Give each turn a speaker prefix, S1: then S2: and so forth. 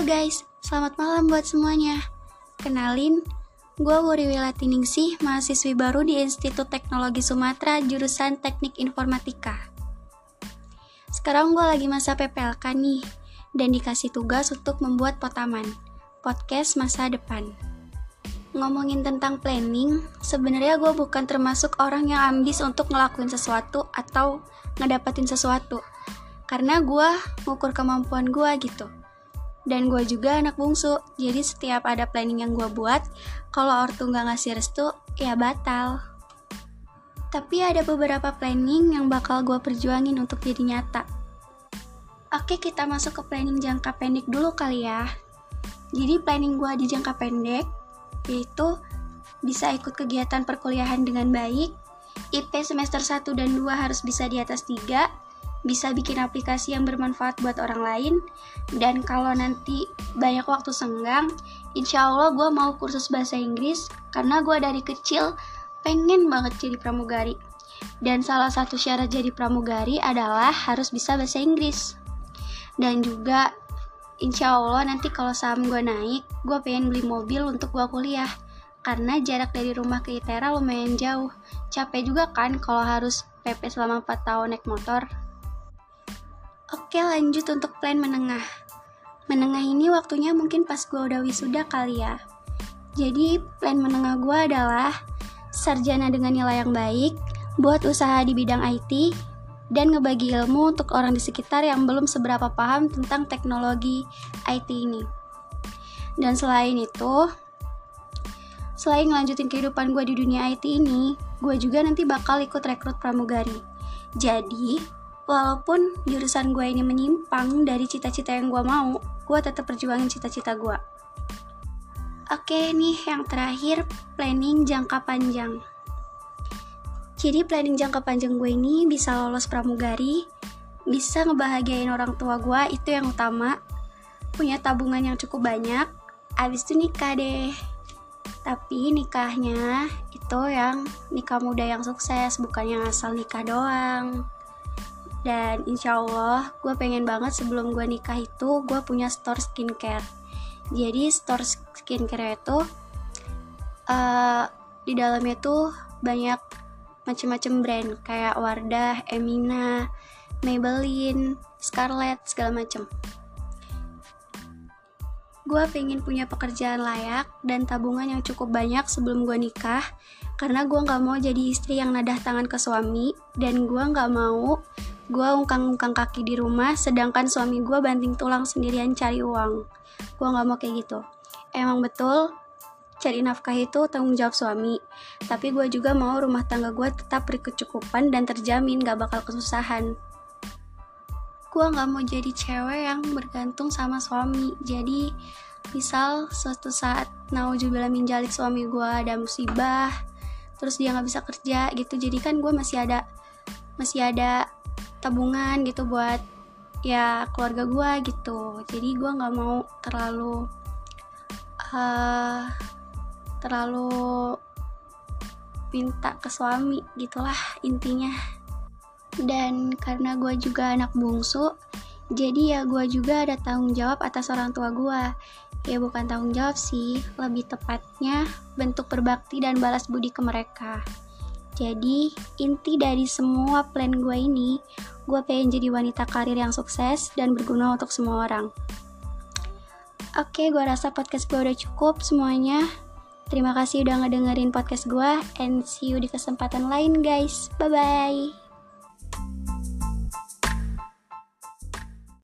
S1: Halo guys, selamat malam buat semuanya. Kenalin, gue Wuri Wilatiningsih, mahasiswi baru di Institut Teknologi Sumatera, jurusan Teknik Informatika. Sekarang gue lagi masa PPLK nih, dan dikasih tugas untuk membuat Potaman, podcast masa depan. Ngomongin tentang planning, sebenarnya gue bukan termasuk orang yang ambis untuk ngelakuin sesuatu atau ngedapetin sesuatu. Karena gue ngukur kemampuan gue gitu. Dan gue juga anak bungsu, jadi setiap ada planning yang gue buat, kalau ortu gak ngasih restu, ya batal. Tapi ada beberapa planning yang bakal gue perjuangin untuk jadi nyata. Oke, kita masuk ke planning jangka pendek dulu kali ya. Jadi planning gue di jangka pendek, yaitu bisa ikut kegiatan perkuliahan dengan baik, IP semester 1 dan 2 harus bisa di atas 3, bisa bikin aplikasi yang bermanfaat buat orang lain, dan kalau nanti banyak waktu senggang, insya Allah gue mau kursus bahasa Inggris, karena gue dari kecil pengen banget jadi pramugari. Dan salah satu syarat jadi pramugari adalah harus bisa bahasa Inggris. Dan juga insya Allah nanti kalau saham gue naik, gue pengen beli mobil untuk gue kuliah, karena jarak dari rumah ke ITERA lumayan jauh. Capek juga kan kalau harus PP selama 4 tahun naik motor. Oke, lanjut untuk plan menengah. Menengah ini waktunya mungkin pas gue udah wisuda kali ya. Jadi plan menengah gue adalah sarjana dengan nilai yang baik, buat usaha di bidang IT, dan ngebagi ilmu untuk orang di sekitar yang belum seberapa paham tentang teknologi IT ini. Dan selain itu, selain ngelanjutin kehidupan gue di dunia IT ini, gue juga nanti bakal ikut rekrut pramugari. Jadi, walaupun jurusan gue ini menyimpang dari cita-cita yang gue mau, gue tetap perjuangin cita-cita gue. Oke nih, yang terakhir, planning jangka panjang. Jadi planning jangka panjang gue ini bisa lolos pramugari, bisa ngebahagiain orang tua gue, itu yang utama, punya tabungan yang cukup banyak, abis itu nikah deh. Tapi nikahnya itu yang nikah muda yang sukses, bukan yang asal nikah doang. Dan insya Allah gue pengen banget sebelum gue nikah itu gue punya store skincare. Jadi store skincare itu di dalamnya tuh banyak macam-macam brand kayak Wardah, Emina, Maybelline, Scarlett, segala macam. Gue pengen punya pekerjaan layak dan tabungan yang cukup banyak sebelum gue nikah, karena gue gak mau jadi istri yang nadah tangan ke suami, dan gue gak mau gue ungkang-ungkang kaki di rumah sedangkan suami gue banting tulang sendirian cari uang. Gue gak mau kayak gitu. Emang betul cari nafkah itu tanggung jawab suami, tapi gue juga mau rumah tangga gue tetap berkecukupan dan terjamin gak bakal kesusahan. Gue gak mau jadi cewek yang bergantung sama suami. Jadi misal suatu saat nauzubillah min dzalik suami gue ada musibah, terus dia gak bisa kerja gitu, jadi kan gue masih ada tabungan gitu buat ya keluarga gue gitu. Jadi gue gak mau terlalu minta ke suami gitulah intinya. Dan karena gue juga anak bungsu, jadi ya gue juga ada tanggung jawab atas orang tua gue. Ya bukan tanggung jawab sih, lebih tepatnya bentuk berbakti dan balas budi ke mereka. Jadi inti dari semua plan gue ini, gue pengen jadi wanita karir yang sukses dan berguna untuk semua orang. Oke, gue rasa podcast gue udah cukup semuanya. Terima kasih udah ngedengerin podcast gue, and see you di kesempatan lain guys. Bye-bye.